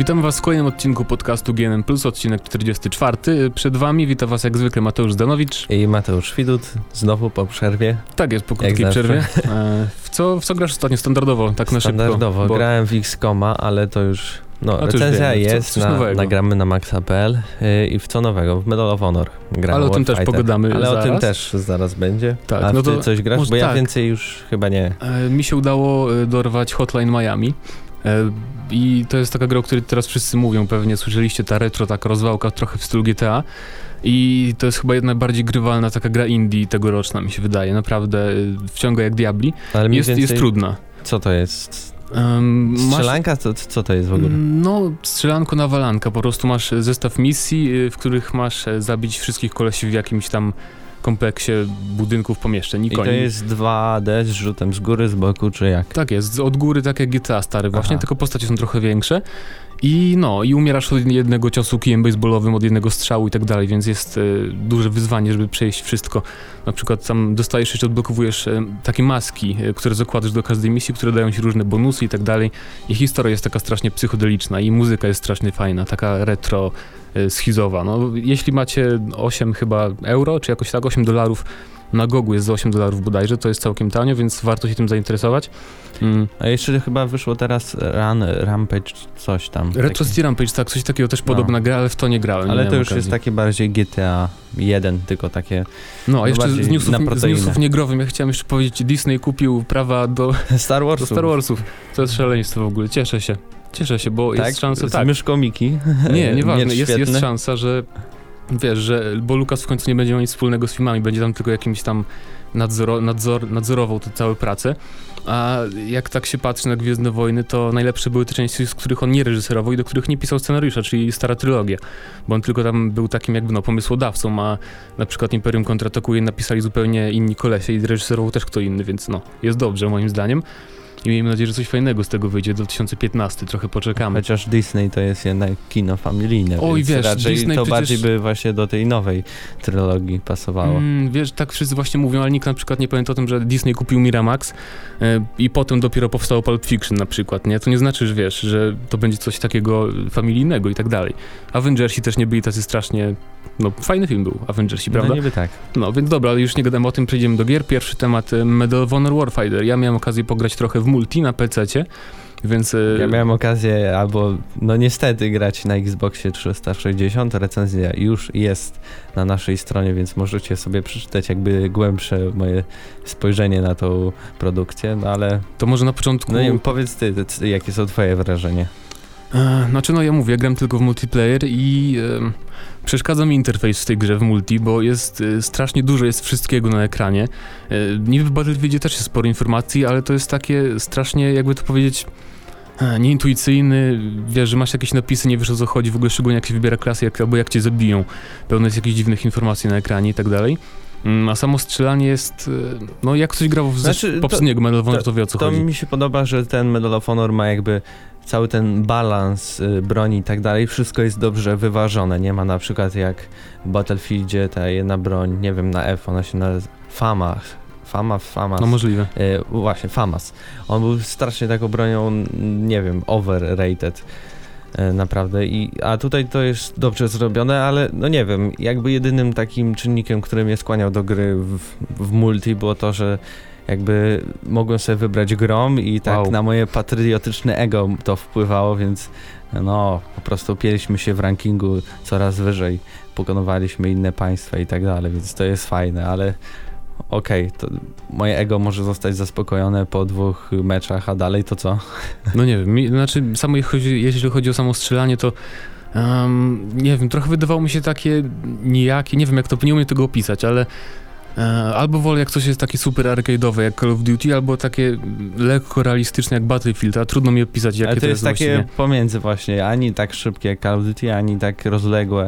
Witamy Was w kolejnym odcinku podcastu GNM+, odcinek 44. Przed Wami wita Was jak zwykle Mateusz Zdanowicz i Mateusz Widut, znowu po przerwie. Tak jest, po krótkiej przerwie. W co grasz ostatnio standardowo, tak na szybko? Standardowo, grałem w XCOMa, ale to już... recenzja jest, nagramy na maxa.pl i w co nowego? W Medal of Honor grałem. Ale o tym też pogadamy ale zaraz. O tym też zaraz będzie. Tak, a no ty coś grasz? Bo ja tak. więcej już chyba nie. Mi się udało dorwać Hotline Miami. I to jest taka gra, o której teraz wszyscy mówią, pewnie słyszeliście, ta retro, taka rozwałka trochę w stylu GTA i to jest chyba jedna bardziej grywalna taka gra indie tegoroczna, mi się wydaje, naprawdę wciąga jak diabli. Ale jest trudna. Co to jest? Strzelanka? Co to jest w ogóle? No, strzelanko-nawalanka, po prostu masz zestaw misji, w których masz zabić wszystkich kolesi w jakimś tam kompleksie budynków, pomieszczeń i koni. I to jest 2D z rzutem z góry, z boku, czy jak? Tak jest, od góry tak jak GTA stary właśnie, tylko postacie są trochę większe i umierasz od jednego ciosu kijem baseballowym, od jednego strzału i tak dalej, więc jest duże wyzwanie, żeby przejść wszystko. Na przykład tam dostajesz jeszcze, odblokowujesz takie maski, które zakładasz do każdej misji, które dają ci różne bonusy i tak dalej. I historia jest taka strasznie psychodeliczna i muzyka jest strasznie fajna, taka retro, schizowa. No, jeśli macie 8 chyba euro, czy jakoś tak, $8 na Gogu jest za $8 bodajże, to jest całkiem tanio, więc warto się tym zainteresować. A jeszcze chyba wyszło teraz Rampage, coś tam. Retro City Rampage, tak, coś takiego też podobna gra, ale w to nie grałem. Ale to już jest takie bardziej GTA 1, tylko takie. No, a jeszcze z newsów niegrowych, ja chciałem jeszcze powiedzieć, Disney kupił prawa do Star Warsów. To jest szaleństwo w ogóle, cieszę się, bo jest szansa, z myszką Miki. Nieważne, jest szansa, że wiesz, bo Lucas w końcu nie będzie miał nic wspólnego z filmami, będzie tam tylko jakimś tam nadzorował tę całą pracę, a jak tak się patrzy na Gwiezdne Wojny, to najlepsze były te części, z których on nie reżyserował i do których nie pisał scenariusza, czyli stara trylogia, bo on tylko tam był takim jakby pomysłodawcą, a na przykład Imperium kontratakuje napisali zupełnie inni kolesie i reżyserował też kto inny, więc jest dobrze moim zdaniem. I miejmy nadzieję, że coś fajnego z tego wyjdzie. 2015, trochę poczekamy. Chociaż Disney to jest jednak kino familijne, więc wiesz, raczej Disney to bardziej by właśnie do tej nowej trylogii pasowało. Wiesz, tak wszyscy właśnie mówią, ale nikt na przykład nie pamięta o tym, że Disney kupił Miramax i potem dopiero powstało Pulp Fiction na przykład, nie? To nie znaczy, że wiesz, że to będzie coś takiego familijnego i tak dalej. Avengersi też nie byli tacy strasznie... fajny film był, Avengersi, prawda? No niby tak. Więc dobra, ale już nie gadamy o tym, przejdziemy do gier. Pierwszy temat, Medal of Honor Warfighter. Ja miałem okazję pograć trochę w multi na PC-cie, więc... Ja miałem okazję niestety grać na Xboxie 360. Recenzja już jest na naszej stronie, więc możecie sobie przeczytać jakby głębsze moje spojrzenie na tą produkcję, ale... To może na początku... Powiedz ty, jakie są twoje wrażenia? Ja mówię, gram tylko w multiplayer i przeszkadza mi interfejs w tej grze w multi, bo jest strasznie dużo jest wszystkiego na ekranie. Niby w Battlefieldzie też jest sporo informacji, ale to jest takie strasznie, jakby to powiedzieć, nieintuicyjny, wiesz, że masz jakieś napisy, nie wiesz o co chodzi, w ogóle szczególnie jak się wybiera klasę, albo jak cię zabiją. Pełno jest jakichś dziwnych informacji na ekranie i tak dalej. A samo strzelanie jest, jak ktoś grał w poprzedniego Medal of Honor, to wie o co chodzi. To mi się podoba, że ten Medal of Honor ma jakby cały ten balans broni i tak dalej, wszystko jest dobrze wyważone. Nie ma na przykład jak w Battlefieldzie ta jedna broń, nie wiem, na F, ona się nazywa FAMAS. No możliwe. Właśnie, FAMAS. On był strasznie taką bronią, nie wiem, overrated. Naprawdę. A tutaj to jest dobrze zrobione, ale nie wiem, jakby jedynym takim czynnikiem, który mnie skłaniał do gry w multi było to, że jakby mogłem sobie wybrać grom i tak na moje patriotyczne ego to wpływało, więc po prostu pieliśmy się w rankingu coraz wyżej, pokonywaliśmy inne państwa i tak dalej, więc to jest fajne, ale to moje ego może zostać zaspokojone po 2 meczach, a dalej to co? Nie wiem, jeśli chodzi o samo strzelanie, to nie wiem, trochę wydawało mi się takie nijakie, nie wiem jak to, nie umiem tego opisać, ale albo wolę jak coś jest takie super arcade'owe jak Call of Duty, albo takie lekko realistyczne jak Battlefield, a trudno mi opisać jakie ale to jest takie właściwie. Pomiędzy właśnie, ani tak szybkie jak Call of Duty, ani tak rozległe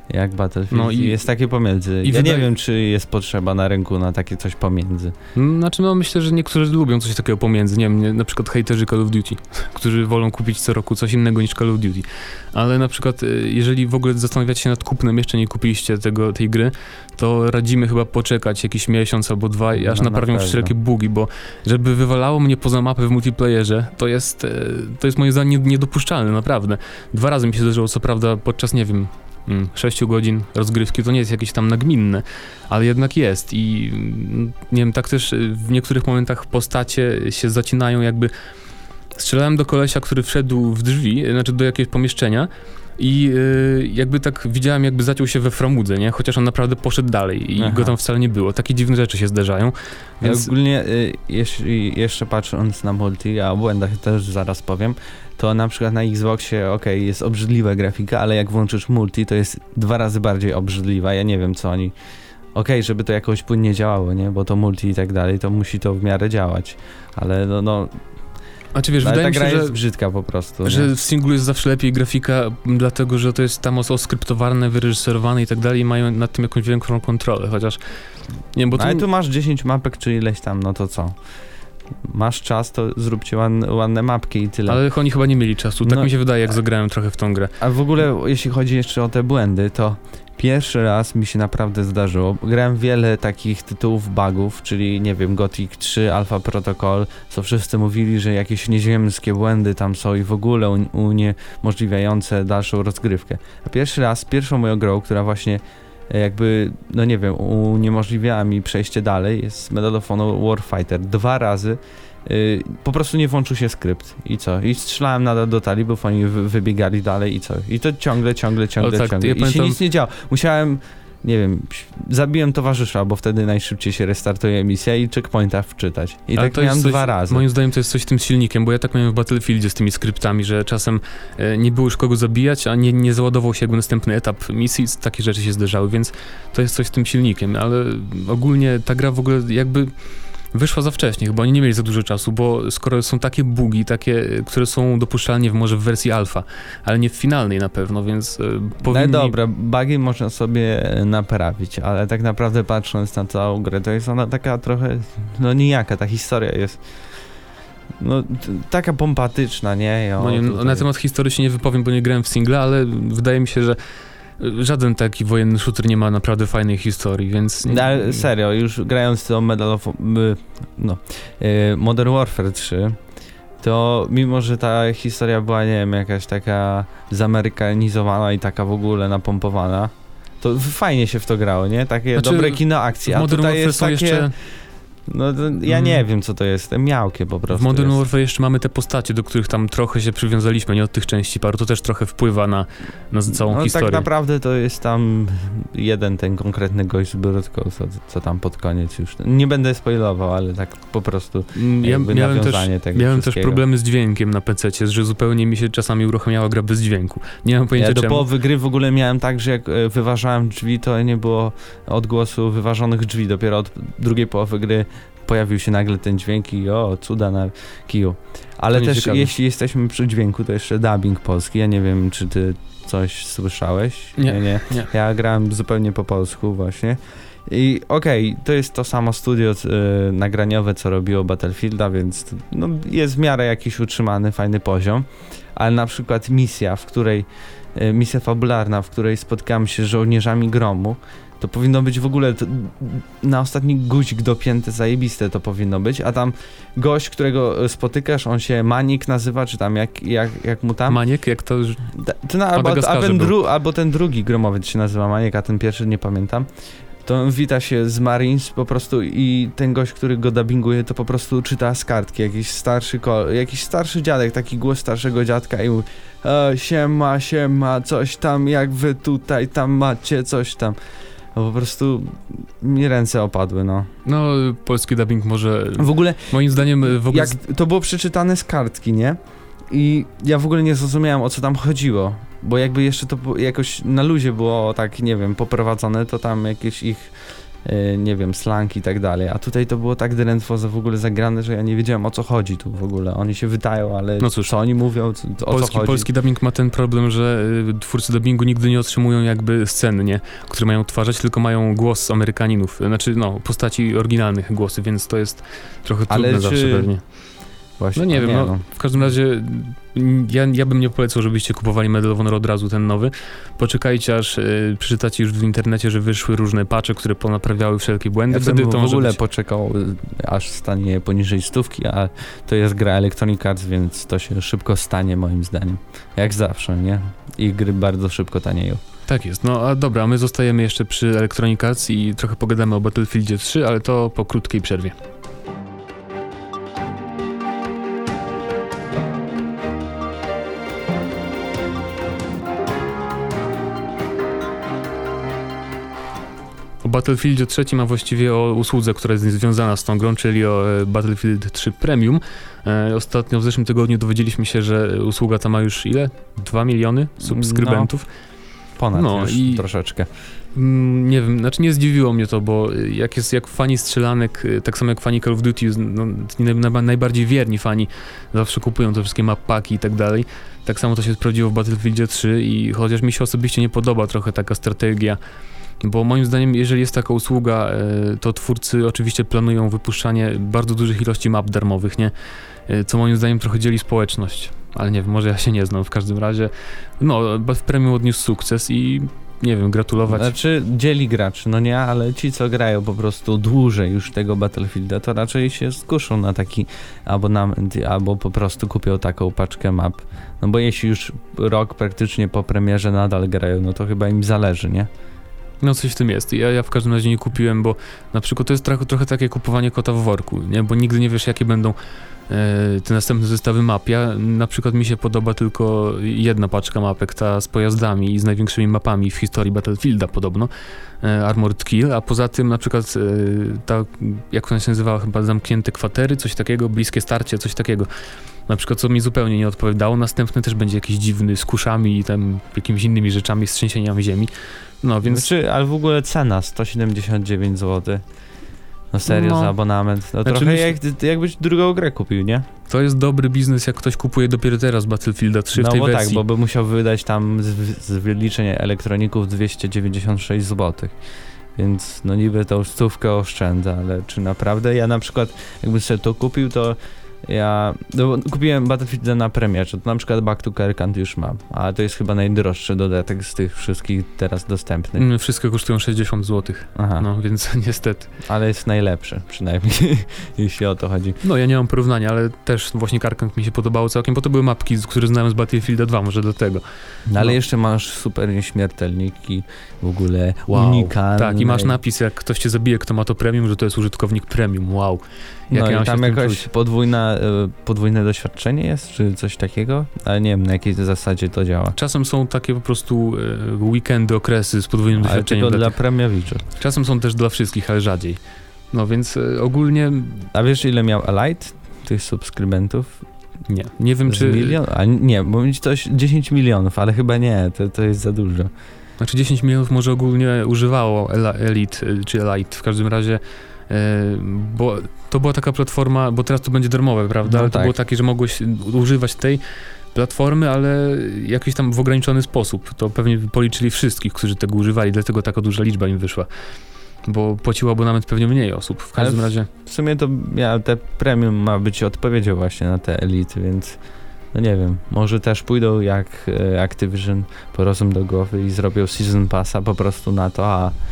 jak Battlefield. No i jest takie pomiędzy. Ja nie wiem, czy jest potrzeba na rynku na takie coś pomiędzy. Znaczy, myślę, że niektórzy lubią coś takiego pomiędzy. Nie wiem, na przykład hejterzy Call of Duty, którzy wolą kupić co roku coś innego niż Call of Duty. Ale na przykład, jeżeli w ogóle zastanawiacie się nad kupnem, jeszcze nie kupiliście tej gry, to radzimy chyba poczekać jakiś miesiąc albo dwa, aż naprawią wszelkie bugi, bo żeby wywalało mnie poza mapę w multiplayerze, to jest moim zdaniem niedopuszczalne, naprawdę. 2 razy mi się zdarzyło, co prawda, podczas, nie wiem, 6 godzin rozgrywki, to nie jest jakieś tam nagminne, ale jednak jest i nie wiem, tak też w niektórych momentach postacie się zacinają, jakby strzelałem do kolesia, który wszedł w drzwi, znaczy do jakiegoś pomieszczenia i jakby tak widziałem, jakby zaciął się we framudze, nie? Chociaż on naprawdę poszedł dalej i go tam wcale nie było. Takie dziwne rzeczy się zdarzają. Więc... Ogólnie, jeśli jeszcze patrząc na multi, a o błędach też zaraz powiem, to na przykład na Xboxie, jest obrzydliwa grafika, ale jak włączysz multi, to jest 2 razy bardziej obrzydliwa. Ja nie wiem, co oni... żeby to jakoś płynnie działało, nie? Bo to multi i tak dalej, to musi to w miarę działać. Ale Znaczy wiesz, wydaje mi się, że jest brzydka po prostu. Że w singlu jest zawsze lepiej grafika, dlatego że to jest tam oskryptowane, wyreżyserowane i tak dalej i mają nad tym jakąś większą kontrolę, chociaż... Nie, bo ale tu masz 10 mapek czy ileś tam, no to co? Masz czas, to zróbcie ładne mapki i tyle. Ale oni chyba nie mieli czasu, tak mi się wydaje, jak zagrałem trochę w tą grę. A w ogóle, jeśli chodzi jeszcze o te błędy, to pierwszy raz mi się naprawdę zdarzyło. Grałem wiele takich tytułów bugów, czyli nie wiem, Gothic 3, Alpha Protocol, co wszyscy mówili, że jakieś nieziemskie błędy tam są i w ogóle uniemożliwiające dalszą rozgrywkę. A pierwszą moją grą, która właśnie jakby, uniemożliwiała mi przejście dalej, jest Medal of Honor Warfighter. 2 razy po prostu nie włączył się skrypt i co? I strzelałem nadal do talibów, oni wybiegali dalej i co? I to ciągle. I się nic nie działo. Musiałem, nie wiem, zabiłem towarzysza, bo wtedy najszybciej się restartuje misja i checkpointa wczytać. I tak miałem 2 razy. Moim zdaniem to jest coś z tym silnikiem, bo ja tak miałem w Battlefieldzie z tymi skryptami, że czasem nie było już kogo zabijać, a nie załadował się jakby następny etap misji, takie rzeczy się zdarzały, więc to jest coś z tym silnikiem, ale ogólnie ta gra w ogóle jakby wyszła za wcześnie, chyba oni nie mieli za dużo czasu, bo skoro są takie bugi, które są dopuszczalnie może w wersji alfa, ale nie w finalnej na pewno, więc powinni... No dobra, bugi można sobie naprawić, ale tak naprawdę patrząc na całą grę, to jest ona taka trochę, nijaka, ta historia jest taka pompatyczna, nie? Na temat historii się nie wypowiem, bo nie grałem w singla, ale wydaje mi się, że żaden taki wojenny shooter nie ma naprawdę fajnej historii, więc... Ale serio, już grając to Modern Warfare 3, to mimo, że ta historia była, nie wiem, jakaś taka zamerykanizowana i taka w ogóle napompowana, to fajnie się w to grało, nie? Takie dobre kino akcji, a tutaj jest takie... Jeszcze... ja nie wiem, co to jest, miałkie po prostu. W Modern Warfare jeszcze mamy te postacie, do których tam trochę się przywiązaliśmy, nie od tych części paru, to też trochę wpływa na całą historię. Tak naprawdę to jest tam jeden ten konkretny gość z Brodką, co tam pod koniec już. Nie będę spoilował, ale tak po prostu miałem też problemy z dźwiękiem na PC-cie, że zupełnie mi się czasami uruchamiała gra bez dźwięku. Nie mam pojęcia czemu. Do połowy gry w ogóle miałem tak, że jak wyważałem drzwi, to nie było odgłosu wyważonych drzwi. Dopiero od drugiej połowy gry pojawił się nagle ten dźwięk i cuda na kiju. Ale też ciekawe. Jeśli jesteśmy przy dźwięku, to jeszcze dubbing polski. Ja nie wiem, czy ty coś słyszałeś? Nie. Ja grałem zupełnie po polsku właśnie. I to jest to samo studio nagraniowe, co robiło Battlefielda, więc jest w miarę jakiś utrzymany, fajny poziom. Ale na przykład misja fabularna, w której spotkamy się z żołnierzami Gromu, to powinno być w ogóle na ostatni guzik dopięte, zajebiste to powinno być, a tam gość, którego spotykasz, on się Maniek nazywa, czy tam jak mu tam? Maniek? Jak to już... Albo ten drugi gromowiec się nazywa Maniek, a ten pierwszy nie pamiętam. To on wita się z Marines po prostu i ten gość, który go dubbinguje, to po prostu czyta z kartki, jakiś starszy dziadek, taki głos starszego dziadka i mówi siema, coś tam, jak wy tutaj tam macie, coś tam. Po prostu mi ręce opadły, polski dubbing może... W ogóle... Moim zdaniem... Jak to było przeczytane z kartki, nie? I ja w ogóle nie zrozumiałem, o co tam chodziło. Bo jakby jeszcze to jakoś na luzie było tak, nie wiem, poprowadzone, to tam jakieś ich nie wiem, slang i tak dalej, a tutaj to było tak drętwo w ogóle zagrane, że ja nie wiedziałem, o co chodzi tu w ogóle. Oni się wydają, ale no cóż, co oni mówią, o co chodzi. Polski dubbing ma ten problem, że twórcy dubbingu nigdy nie otrzymują jakby scen, nie? Które mają odtwarzać, tylko mają głos Amerykaninów, znaczy postaci oryginalnych głosy, więc to jest trochę trudne zawsze pewnie. Właśnie, no nie wiem, w każdym razie ja bym nie polecał, żebyście kupowali Medal of Honor od razu ten nowy. Poczekajcie, aż przeczytacie już w internecie, że wyszły różne patche, które ponaprawiały wszelkie błędy. Ja wtedy to w ogóle poczekał, aż stanie poniżej 100, a to jest gra Electronic Arts, więc to się szybko stanie moim zdaniem. Jak zawsze, nie? I gry bardzo szybko tanieją. Tak jest. No a dobra, my zostajemy jeszcze przy Electronic Arts i trochę pogadamy o Battlefieldzie 3, ale to po krótkiej przerwie. O Battlefieldzie 3, a właściwie o usłudze, która jest związana z tą grą, czyli o Battlefield 3 Premium. Ostatnio w zeszłym tygodniu dowiedzieliśmy się, że usługa ta ma już ile? 2 miliony subskrybentów. Ponad już troszeczkę. Nie wiem, znaczy nie zdziwiło mnie to, bo jak fani strzelanek, tak samo jak fani Call of Duty, najbardziej wierni fani zawsze kupują te wszystkie map paki i tak dalej. Tak samo to się sprawdziło w Battlefieldzie 3 i chociaż mi się osobiście nie podoba trochę taka strategia, bo moim zdaniem, jeżeli jest taka usługa, to twórcy oczywiście planują wypuszczanie bardzo dużych ilości map darmowych, nie? Co moim zdaniem trochę dzieli społeczność. Ale nie wiem, może ja się nie znam. W każdym razie, w Premium odniósł sukces i nie wiem, gratulować. Znaczy, dzieli graczy, no nie, ale ci, co grają po prostu dłużej już tego Battlefielda, to raczej się skuszą na taki abonament albo po prostu kupią taką paczkę map. No bo jeśli już rok praktycznie po premierze nadal grają, no to chyba im zależy, nie? No coś w tym jest. Ja w każdym razie nie kupiłem, bo na przykład to jest trochę takie kupowanie kota w worku, nie? Bo nigdy nie wiesz, jakie będą te następne zestawy map. Na przykład mi się podoba tylko jedna paczka mapek, ta z pojazdami i z największymi mapami w historii Battlefielda podobno, Armored Kill, a poza tym na przykład ta, jak ona się nazywała, chyba zamknięte kwatery, coś takiego, bliskie starcie, coś takiego. Na przykład, co mi zupełnie nie odpowiadało. Następny też będzie jakiś dziwny, z kuszami i tam jakimiś innymi rzeczami, z trzęsieniami ziemi. No więc... ale w ogóle cena 179 zł. No serio, za abonament. To znaczy, trochę jakbyś drugą grę kupił, nie? To jest dobry biznes, jak ktoś kupuje dopiero teraz Battlefielda 3 w tej wersji. No bo tak, bo by musiał wydać tam z wyliczeń elektroników 296 zł. Więc no niby tą stówkę oszczędza, ale czy naprawdę? Ja na przykład, jakbym sobie to kupił, to kupiłem Battlefielda na premierze, to na przykład Back to Kirkland już mam, a to jest chyba najdroższy dodatek z tych wszystkich teraz dostępnych. Wszystkie kosztują 60 zł, no więc niestety. Ale jest najlepszy, przynajmniej, jeśli o to chodzi. No ja nie mam porównania, ale też właśnie Kirkland mi się podobało całkiem, bo to były mapki, które znałem z Battlefielda 2, może do tego. No ale jeszcze masz super nieśmiertelniki, w ogóle unikalne. Tak, i masz napis, jak ktoś cię zabije, kto ma to premium, że to jest użytkownik premium, wow. No i tam jakoś podwójne doświadczenie jest, czy coś takiego? Ale nie wiem, na jakiej zasadzie to działa. Czasem są takie po prostu weekendy, okresy z podwójnym doświadczeniem. Ale tylko dla premiowiczów. Czasem są też dla wszystkich, ale rzadziej. No więc ogólnie... A wiesz, ile miał Elite tych subskrybentów? Nie wiem, czy... Milion? A nie, bo mieć to 10 milionów, ale chyba nie, to jest za dużo. Znaczy 10 milionów może ogólnie używało Elite, czy Elite, w każdym razie... Bo to była taka platforma, bo teraz to będzie darmowe, prawda? Ale to było takie, że mogłeś używać tej platformy, ale jakiś tam w ograniczony sposób. To pewnie policzyli wszystkich, którzy tego używali, dlatego taka duża liczba im wyszła. Bo płaciło abonament pewnie mniej osób. W każdym razie... W sumie to te premium ma być odpowiedzią właśnie na te Elite, więc no nie wiem, może też pójdą jak Activision po rozum do głowy i zrobią Season Passa po prostu na to,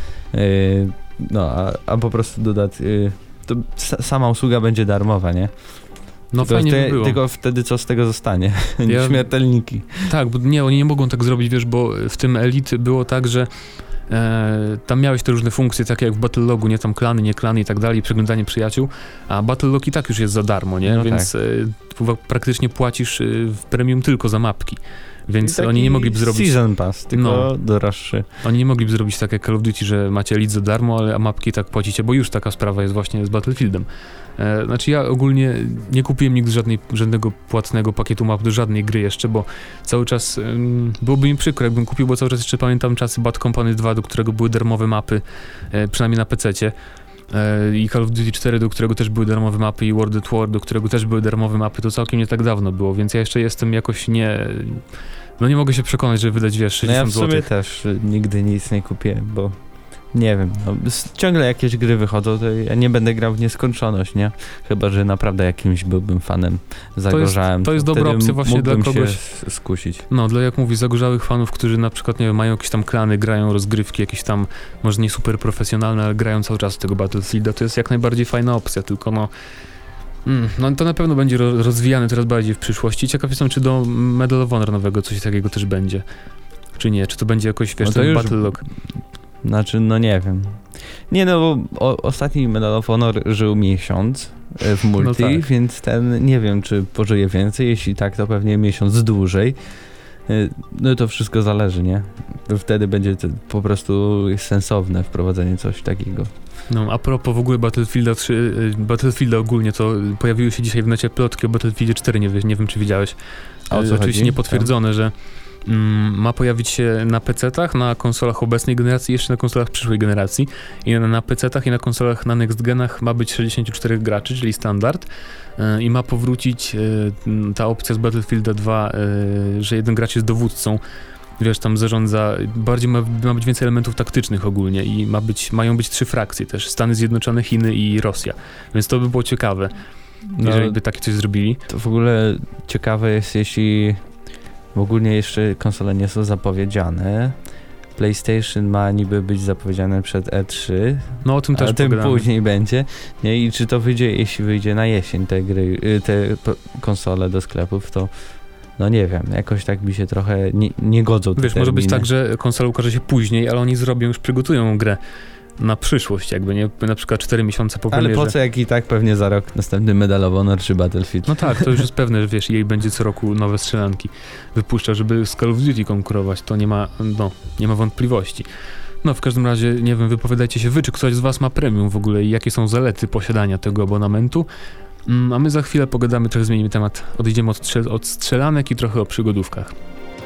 a po prostu to sama usługa będzie darmowa, nie? No tylko fajnie by było. Tylko wtedy co z tego zostanie? Śmiertelniki. Tak, bo oni nie mogą tak zrobić, wiesz, bo w tym Elite było tak, że tam miałeś te różne funkcje, takie jak w Battlelogu, nie tam klany, nie klany i tak dalej, przeglądanie przyjaciół, a Battlelog i tak już jest za darmo, nie? No więc praktycznie płacisz w premium tylko za mapki. Więc oni nie mogliby zrobić... Season Pass, tylko droższy. Oni nie mogliby zrobić tak jak Call of Duty, że macie Elite za darmo, a mapki tak płacicie, bo już taka sprawa jest właśnie z Battlefieldem. Znaczy ja ogólnie nie kupiłem nigdy żadnego płatnego pakietu map do żadnej gry jeszcze, bo cały czas byłoby mi przykro, jakbym kupił, bo cały czas jeszcze pamiętam czasy Bad Company 2, do którego były darmowe mapy, przynajmniej na PC-cie. I Call of Duty 4, do którego też były darmowe mapy, i World at War, do którego też były darmowe mapy, to całkiem nie tak dawno było, więc ja jeszcze jestem jakoś nie mogę się przekonać, żeby wydać, wiesz, 60 zł. Ja w sumie też nigdy nic nie kupiłem, bo nie wiem, ciągle jakieś gry wychodzą, to ja nie będę grał w nieskończoność, nie? Chyba że naprawdę jakimś byłbym fanem zagorzałym. To jest dobra opcja właśnie dla kogoś. Się skusić. No, dla, jak mówisz, zagorzałych fanów, którzy na przykład, nie wiem, mają jakieś tam klany, grają rozgrywki, jakieś tam, może nie super profesjonalne, ale grają cały czas tego Battlefielda, to jest jak najbardziej fajna opcja, tylko no to na pewno będzie rozwijane coraz bardziej w przyszłości. Ciekaw jestem, czy do Medal of Honor nowego coś takiego też będzie, czy nie, czy to będzie jakoś, wiesz, ten Battle Log. Znaczy, no nie wiem. Nie, no bo ostatni Medal of Honor żył miesiąc w multi, no tak. Więc ten nie wiem, czy pożyje więcej. Jeśli tak, to pewnie miesiąc dłużej. No to wszystko zależy, nie? Wtedy będzie to po prostu sensowne wprowadzenie coś takiego. No, a propos w ogóle Battlefielda ogólnie, to pojawiły się dzisiaj w necie plotki o Battlefieldzie 4, nie wiem, czy widziałeś. A o co oczywiście chodzi? Niepotwierdzone, że ma pojawić się na PC-tach, na konsolach obecnej generacji, jeszcze na konsolach przyszłej generacji. I na PC-tach i na konsolach na next genach ma być 64 graczy, czyli standard. I ma powrócić ta opcja z Battlefielda 2, że jeden gracz jest dowódcą. Wiesz, tam zarządza, bardziej ma być więcej elementów taktycznych ogólnie i mają być 3 frakcje też, Stany Zjednoczone, Chiny i Rosja. Więc to by było ciekawe, jeżeli by takie coś zrobili. To w ogóle ciekawe jest, jeśli ogólnie jeszcze konsole nie są zapowiedziane. PlayStation ma niby być zapowiedziane przed E3. No o tym też pogadamy. Tym później będzie. Nie? I czy to wyjdzie, jeśli wyjdzie na jesień te gry, te konsole do sklepów, to no nie wiem, jakoś tak mi się trochę nie godzą te Wiesz, terminy. może być tak, że konsola ukaże się później, ale oni już przygotują grę na przyszłość, jakby nie, na przykład 4 miesiące po premierze. Ale po co, jak i tak pewnie za rok następny Medal of Honor czy Battlefield. No tak, to już jest pewne, że wiesz, jej będzie co roku nowe strzelanki wypuszcza, żeby z Call of Duty konkurować, to nie ma wątpliwości. No w każdym razie, nie wiem, wypowiadajcie się wy, czy ktoś z was ma premium w ogóle i jakie są zalety posiadania tego abonamentu. A my za chwilę pogadamy, trochę zmienimy temat, odejdziemy od strzelanek i trochę o przygodówkach.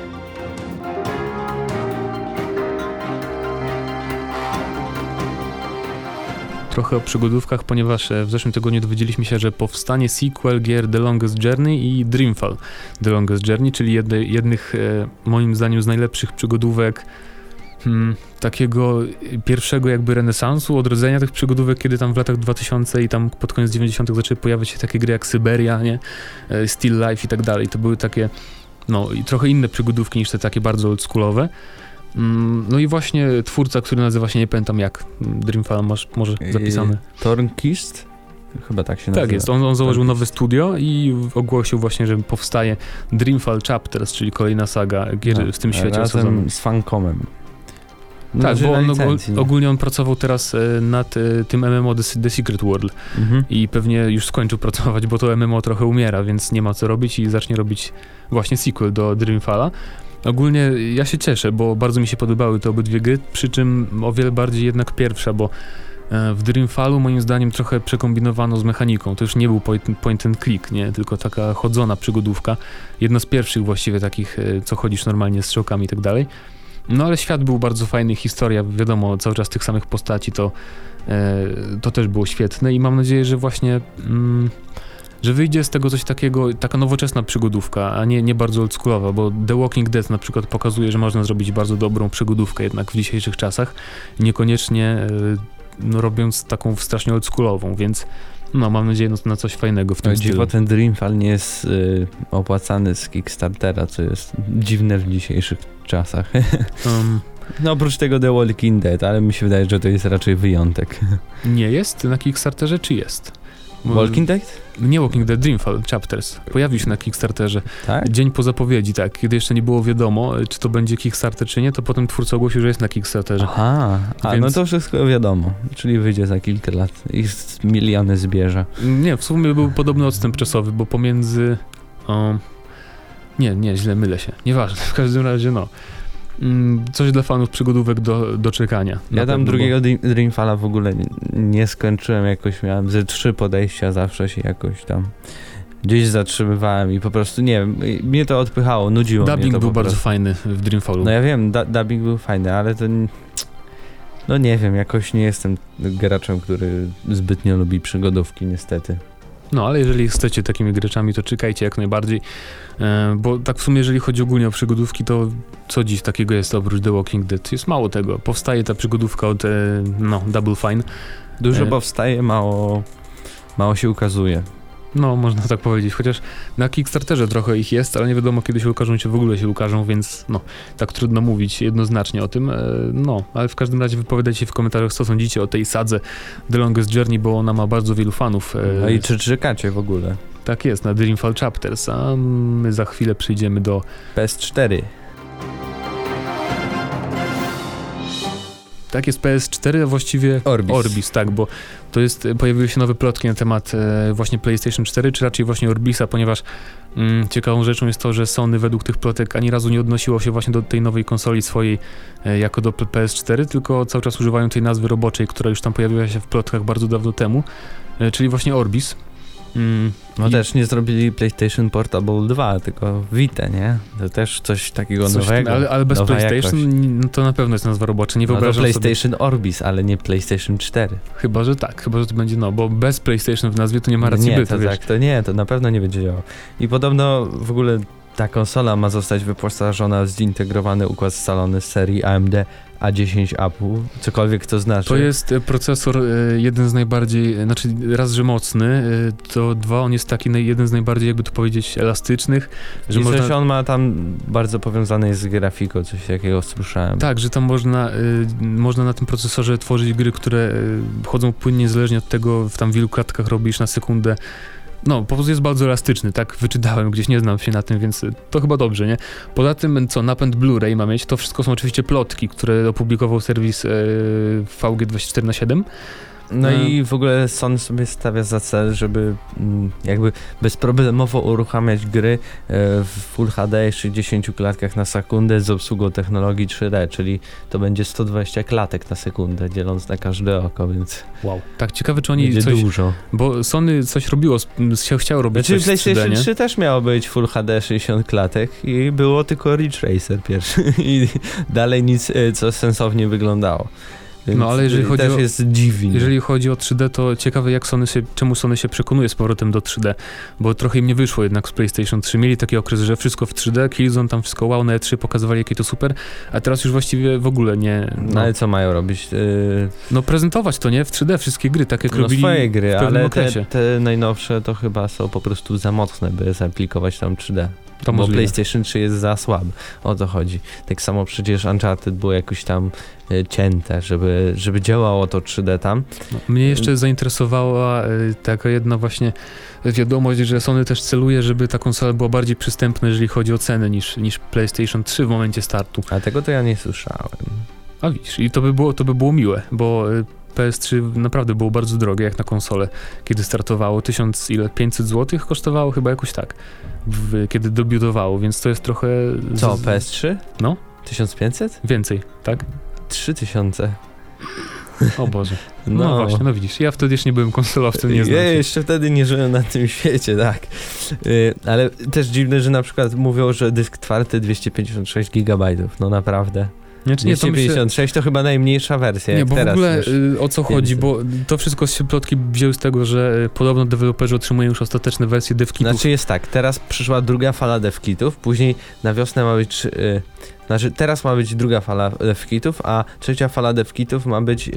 Trochę o przygodówkach, ponieważ w zeszłym tygodniu dowiedzieliśmy się, że powstanie sequel gier The Longest Journey i Dreamfall The Longest Journey, czyli jednych moim zdaniem z najlepszych przygodówek takiego pierwszego jakby renesansu, odrodzenia tych przygodówek, kiedy tam w latach 2000 i tam pod koniec 90 zaczęły pojawiać się takie gry jak Syberia, nie? Still Life i tak dalej. To były takie, no i trochę inne przygodówki niż te takie bardzo oldschoolowe. No i właśnie twórca, który nazywa się, nie pamiętam jak, Dreamfall masz może zapisane. Tornquist? Chyba tak się nazywa. Tak jest, on założył nowe studio i ogłosił właśnie, że powstaje Dreamfall Chapters, czyli kolejna saga gier w tym świecie razem z Funcomem. No, tak, bo ogólnie on pracował teraz nad tym MMO The Secret World i pewnie już skończył pracować, bo to MMO trochę umiera, więc nie ma co robić i zacznie robić właśnie sequel do Dreamfalla. Ogólnie ja się cieszę, bo bardzo mi się podobały te obydwie gry, przy czym o wiele bardziej jednak pierwsza, bo w Dreamfallu moim zdaniem trochę przekombinowano z mechaniką. To już nie był point and click, nie? Tylko taka chodzona przygodówka. Jedna z pierwszych właściwie takich, co chodzisz normalnie z strzałkami i tak dalej. No ale świat był bardzo fajny, historia, wiadomo, cały czas tych samych postaci, to też było świetne i mam nadzieję, że właśnie że wyjdzie z tego coś takiego, taka nowoczesna przygodówka, a nie bardzo oldschoolowa, bo The Walking Dead na przykład pokazuje, że można zrobić bardzo dobrą przygodówkę jednak w dzisiejszych czasach, niekoniecznie robiąc taką strasznie oldschoolową, więc no mam nadzieję na coś fajnego w tym stylu. Dziwo, ten Dreamfall nie jest opłacany z Kickstartera, co jest dziwne w dzisiejszych czasach. No oprócz tego The Walking Dead, ale mi się wydaje, że to jest raczej wyjątek. Nie jest na Kickstarterze, czy jest? Walking Dead? Nie Walking Dead, Dreamfall Chapters. Pojawił się na Kickstarterze. Tak? Dzień po zapowiedzi, tak. Kiedy jeszcze nie było wiadomo, czy to będzie Kickstarter, czy nie, to potem twórca ogłosił, że jest na Kickstarterze. Aha, Więc... no to wszystko wiadomo. Czyli wyjdzie za kilka lat i miliony zbierze. Nie, w sumie był podobny odstęp czasowy, bo pomiędzy... Nie, źle, mylę się. Nieważne, w każdym razie coś dla fanów przygodówek do czekania. Ja tam drugiego Dreamfalla w ogóle nie skończyłem, jakoś miałem ze 3 podejścia, zawsze się jakoś tam gdzieś zatrzymywałem i po prostu, nie wiem, mnie to odpychało, nudziło mnie to. Dubbing był bardzo fajny w Dreamfallu. No ja wiem, dubbing był fajny, ale to... No nie wiem, jakoś nie jestem graczem, który zbytnio lubi przygodówki, niestety. No, ale jeżeli chcecie takimi graczami, to czekajcie jak najbardziej, bo tak w sumie, jeżeli chodzi ogólnie o przygodówki, to co dziś takiego jest oprócz The Walking Dead? Jest mało tego. Powstaje ta przygodówka od, Double Fine. Dużo powstaje, mało się ukazuje. No, można tak powiedzieć, chociaż na Kickstarterze trochę ich jest, ale nie wiadomo kiedy się ukażą, czy w ogóle się ukażą, więc tak trudno mówić jednoznacznie o tym. Ale w każdym razie wypowiadajcie w komentarzach, co sądzicie o tej sadze The Longest Journey, bo ona ma bardzo wielu fanów. No i czy czekacie w ogóle? Tak jest, na Dreamfall Chapters, a my za chwilę przyjdziemy do PS4. Tak jest, PS4, a właściwie Orbis, tak, bo to jest, pojawiły się nowe plotki na temat właśnie PlayStation 4, czy raczej właśnie Orbisa, ponieważ ciekawą rzeczą jest to, że Sony według tych plotek ani razu nie odnosiło się właśnie do tej nowej konsoli swojej jako do PS4, tylko cały czas używają tej nazwy roboczej, która już tam pojawiła się w plotkach bardzo dawno temu, czyli właśnie Orbis. No też nie zrobili PlayStation Portable 2, tylko Vita, nie? To też coś takiego nowego. Ale bez PlayStation to na pewno jest nazwa robocza. Nie wyobrażam to PlayStation sobie... Orbis, ale nie PlayStation 4. Chyba, że to będzie bo bez PlayStation w nazwie to nie ma racji bytu. To na pewno nie będzie działało. I podobno w ogóle ta konsola ma zostać wyposażona w zintegrowany układ scalony z serii AMD A10 Apple, cokolwiek to znaczy. To jest procesor jeden z najbardziej, znaczy raz, że mocny, to dwa, on jest taki jeden z najbardziej, jakby to powiedzieć, elastycznych. Że coś on ma tam bardzo powiązane jest z grafiką, coś takiego słyszałem. Tak, że tam można na tym procesorze tworzyć gry, które chodzą płynnie, niezależnie od tego, w tam wielu klatkach robisz na sekundę. No, po prostu jest bardzo elastyczny, tak? Wyczytałem gdzieś, nie znam się na tym, więc to chyba dobrze, nie? Poza tym, napęd Blu-ray ma mieć, to wszystko są oczywiście plotki, które opublikował serwis VG24/7. No i w ogóle Sony sobie stawia za cel, żeby jakby bezproblemowo uruchamiać gry w Full HD 60 klatkach na sekundę z obsługą technologii 3D, czyli to będzie 120 klatek na sekundę, dzieląc na każde oko, więc... Wow. Tak, ciekawe, czy oni coś... dużo. Bo Sony coś robiło, chciało robić coś PlayStation 3D, 3 też miało być Full HD 60 klatek i było tylko Ridge Racer pierwszy i dalej nic, co sensownie wyglądało. Więc no ale jeżeli chodzi jest dziwnie. Jeżeli chodzi o 3D, to ciekawe czemu Sony się przekonuje z powrotem do 3D, bo trochę im nie wyszło jednak z PlayStation 3. Mieli taki okres, że wszystko w 3D, Killzone tam wszystko wow, na E3 pokazywali jakie to super, a teraz już właściwie w ogóle nie... No ale co mają robić? No prezentować to, nie? W 3D wszystkie gry, tak jak robili swoje gry, w pewnym ale okresie. Te najnowsze to chyba są po prostu za mocne, by zaaplikować tam 3D. Bo PlayStation 3 jest za słaby, o to chodzi. Tak samo przecież Uncharted było jakoś tam cięte, żeby działało to 3D tam. No, mnie jeszcze zainteresowała taka jedna właśnie wiadomość, że Sony też celuje, żeby ta konsola była bardziej przystępna, jeżeli chodzi o cenę niż PlayStation 3 w momencie startu. A tego to ja nie słyszałem. A widzisz, i to by było miłe, bo PS3 naprawdę było bardzo drogie jak na konsolę, kiedy startowało. 500 zł kosztowało chyba jakoś tak, kiedy debiutowało, więc to jest trochę... Co, PS3? No. 1500? Więcej, tak? 3000. O Boże. No właśnie, no widzisz, ja wtedy jeszcze nie byłem konsolowcem, nie znam się. Ja jeszcze wtedy nie żyłem na tym świecie, tak. Ale też dziwne, że na przykład mówią, że dysk twardy 256 GB, no naprawdę. 256 to chyba najmniejsza wersja. Nie, jak bo teraz, w ogóle wiesz, o co chodzi, bo to wszystko się plotki wzięły z tego, że podobno deweloperzy otrzymują już ostateczne wersje devkitów. Znaczy jest tak, teraz przyszła druga fala devkitów, później na wiosnę ma być... teraz ma być druga fala devkitów, a trzecia fala devkitów ma być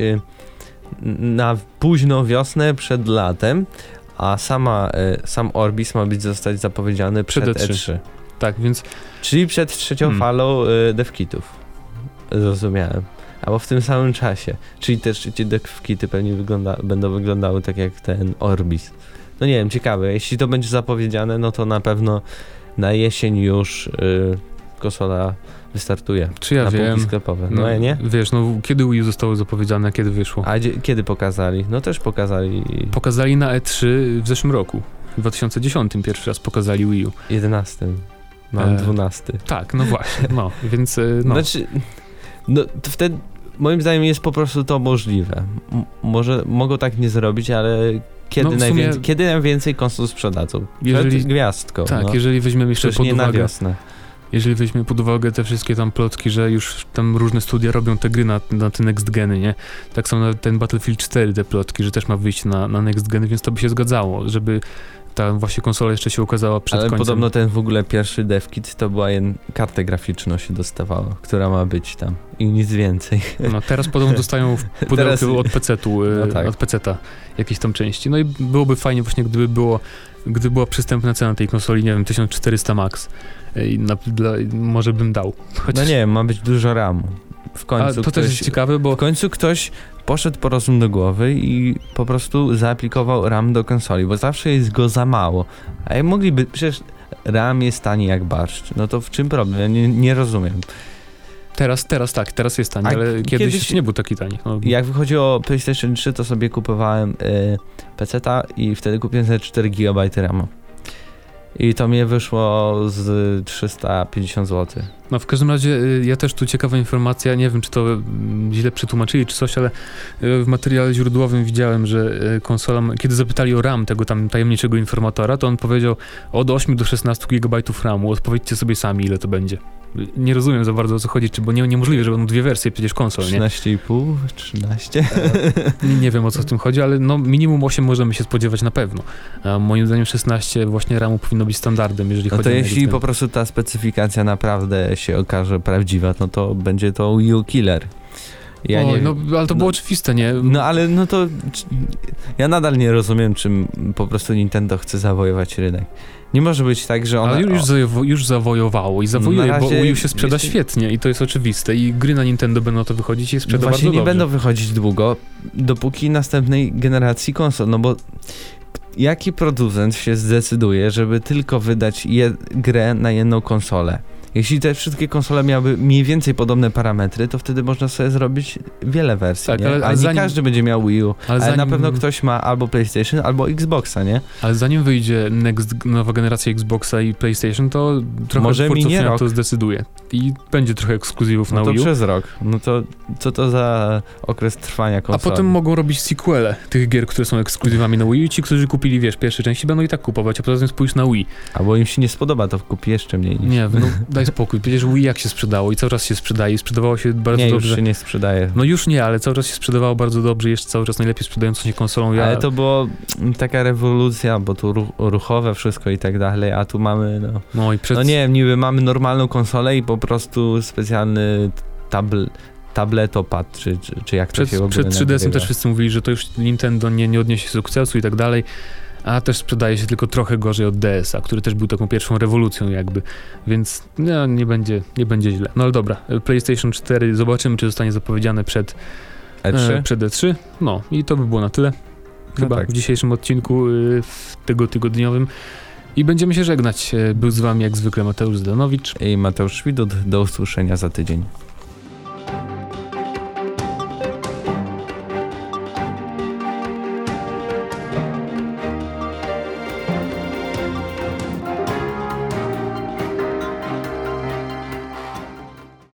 na późną wiosnę przed latem, a sam Orbis ma zostać zapowiedziany przed E3. Tak, więc... Czyli przed trzecią falą devkitów. Zrozumiałem. Albo w tym samym czasie. Czyli te trzecie devkity pewnie będą wyglądały tak jak ten Orbis. no nie wiem, ciekawe. Jeśli to będzie zapowiedziane, no to na pewno na jesień już konsola wystartuje. Czy ja na wiem? półki sklepowe. No nie? Wiesz, no kiedy Wii U zostało zapowiedziane, kiedy wyszło? A kiedy pokazali? No też pokazali... Pokazali na E3 w zeszłym roku. W 2010 pierwszy raz pokazali Wii U. 11. Mam 12. Tak, no właśnie, no, więc no. Znaczy, no to wtedy moim zdaniem jest po prostu to możliwe. Może mogą tak nie zrobić, ale kiedy najwięcej konsol sprzedadzą? Przed gwiazdką. Tak, no. jeżeli weźmiemy jeszcze pod nie uwagę... na wiosnę. Jeżeli weźmiemy pod uwagę te wszystkie tam plotki, że już tam różne studia robią te gry na te next geny, nie? Tak samo na ten Battlefield 4 te plotki, że też ma wyjść na next geny, więc to by się zgadzało, żeby ta właśnie konsola jeszcze się ukazała przed końcem. Ale podobno ten w ogóle pierwszy devkit to była kartę graficzną się dostawała, która ma być tam i nic więcej. No teraz podobno dostają w pudełku od PC-tu, no tak. Od PC-ta jakieś tam części. No i byłoby fajnie właśnie, gdyby była przystępna cena tej konsoli, nie wiem, 1400 max. I może bym dał. No nie wiem, ma być dużo RAMu. W końcu to też jest ciekawe, bo... W końcu ktoś poszedł po rozum do głowy i po prostu zaaplikował RAM do konsoli, bo zawsze jest go za mało. A jak mogliby... Przecież RAM jest tani jak barszcz. No to w czym problem? Ja nie rozumiem. Teraz jest tani, ale kiedyś nie był taki tani. No. Jak wychodziło PlayStation 3, to sobie kupowałem PC-ta i wtedy kupiłem sobie 4 GB RAMu. I to mnie wyszło z 350 zł. No w każdym razie ja też tu ciekawa informacja, nie wiem czy to źle przetłumaczyli czy coś, ale w materiale źródłowym widziałem, że konsola, kiedy zapytali o RAM tego tam tajemniczego informatora, to on powiedział od 8 do 16 GB RAMu, odpowiedzcie sobie sami ile to będzie. Nie rozumiem za bardzo o co chodzi, bo niemożliwe, że będą dwie wersje przecież konsol, nie? 13,5? 13? Nie wiem o co w tym chodzi, ale no minimum 8 możemy się spodziewać na pewno. A moim zdaniem 16 właśnie RAMu powinno być standardem, jeżeli chodzi o... No to jeśli po prostu ta specyfikacja naprawdę się okaże prawdziwa, no to będzie to Wii U killer. Ale to było oczywiste, nie? No ale no to... Ja nadal nie rozumiem, czym po prostu Nintendo chce zawojować rynek. Nie może być tak, że ona... Ale już zawojowało i zawojuje, bo Wii U się sprzeda świetnie i to jest oczywiste. I gry na Nintendo będą to wychodzić i sprzeda bardzo dobrze. Nie będą wychodzić długo, dopóki następnej generacji konsol, no bo jaki producent się zdecyduje, żeby tylko wydać grę na jedną konsolę? Jeśli te wszystkie konsole miały mniej więcej podobne parametry, to wtedy można sobie zrobić wiele wersji, tak, nie? Ale nie każdy będzie miał Wii U, ale na pewno ktoś ma albo PlayStation, albo Xboxa, nie? Ale zanim wyjdzie nowa generacja Xboxa i PlayStation, to trochę może twórców się na to zdecyduje. I będzie trochę ekskluzywów na Wii U. No to przez rok. No to co to za okres trwania konsoli? A potem mogą robić sequele tych gier, które są ekskluzywami na Wii U. Ci, którzy kupili, pierwsze części, będą i tak kupować, a poza tym spójrz na Wii. Albo im się nie spodoba, to kupi jeszcze mniej niż... Nie, no daj spokój. Przecież Wii jak się sprzedało i cały czas się sprzedaje i sprzedawało się bardzo dobrze. Już się nie sprzedaje. No już nie, ale cały czas się sprzedawało bardzo dobrze, jest cały czas najlepiej sprzedającą się konsolą. Ale to było taka rewolucja, bo tu ruchowe wszystko i tak dalej, a tu mamy no nie wiem, niby mamy normalną konsolę i po prostu specjalny tabletopad, czy jak to się w ogóle Przed 3DS-em też wszyscy mówili, że to już Nintendo nie odniesie sukcesu i tak dalej. A też sprzedaje się tylko trochę gorzej od DS-a, który też był taką pierwszą rewolucją jakby, więc nie będzie źle. No ale dobra, PlayStation 4 zobaczymy, czy zostanie zapowiedziane przed E3. No i to by było na tyle chyba w dzisiejszym odcinku tygodniowym. I będziemy się żegnać. Był z wami jak zwykle Mateusz Zdanowicz i Mateusz Widut. Do usłyszenia za tydzień.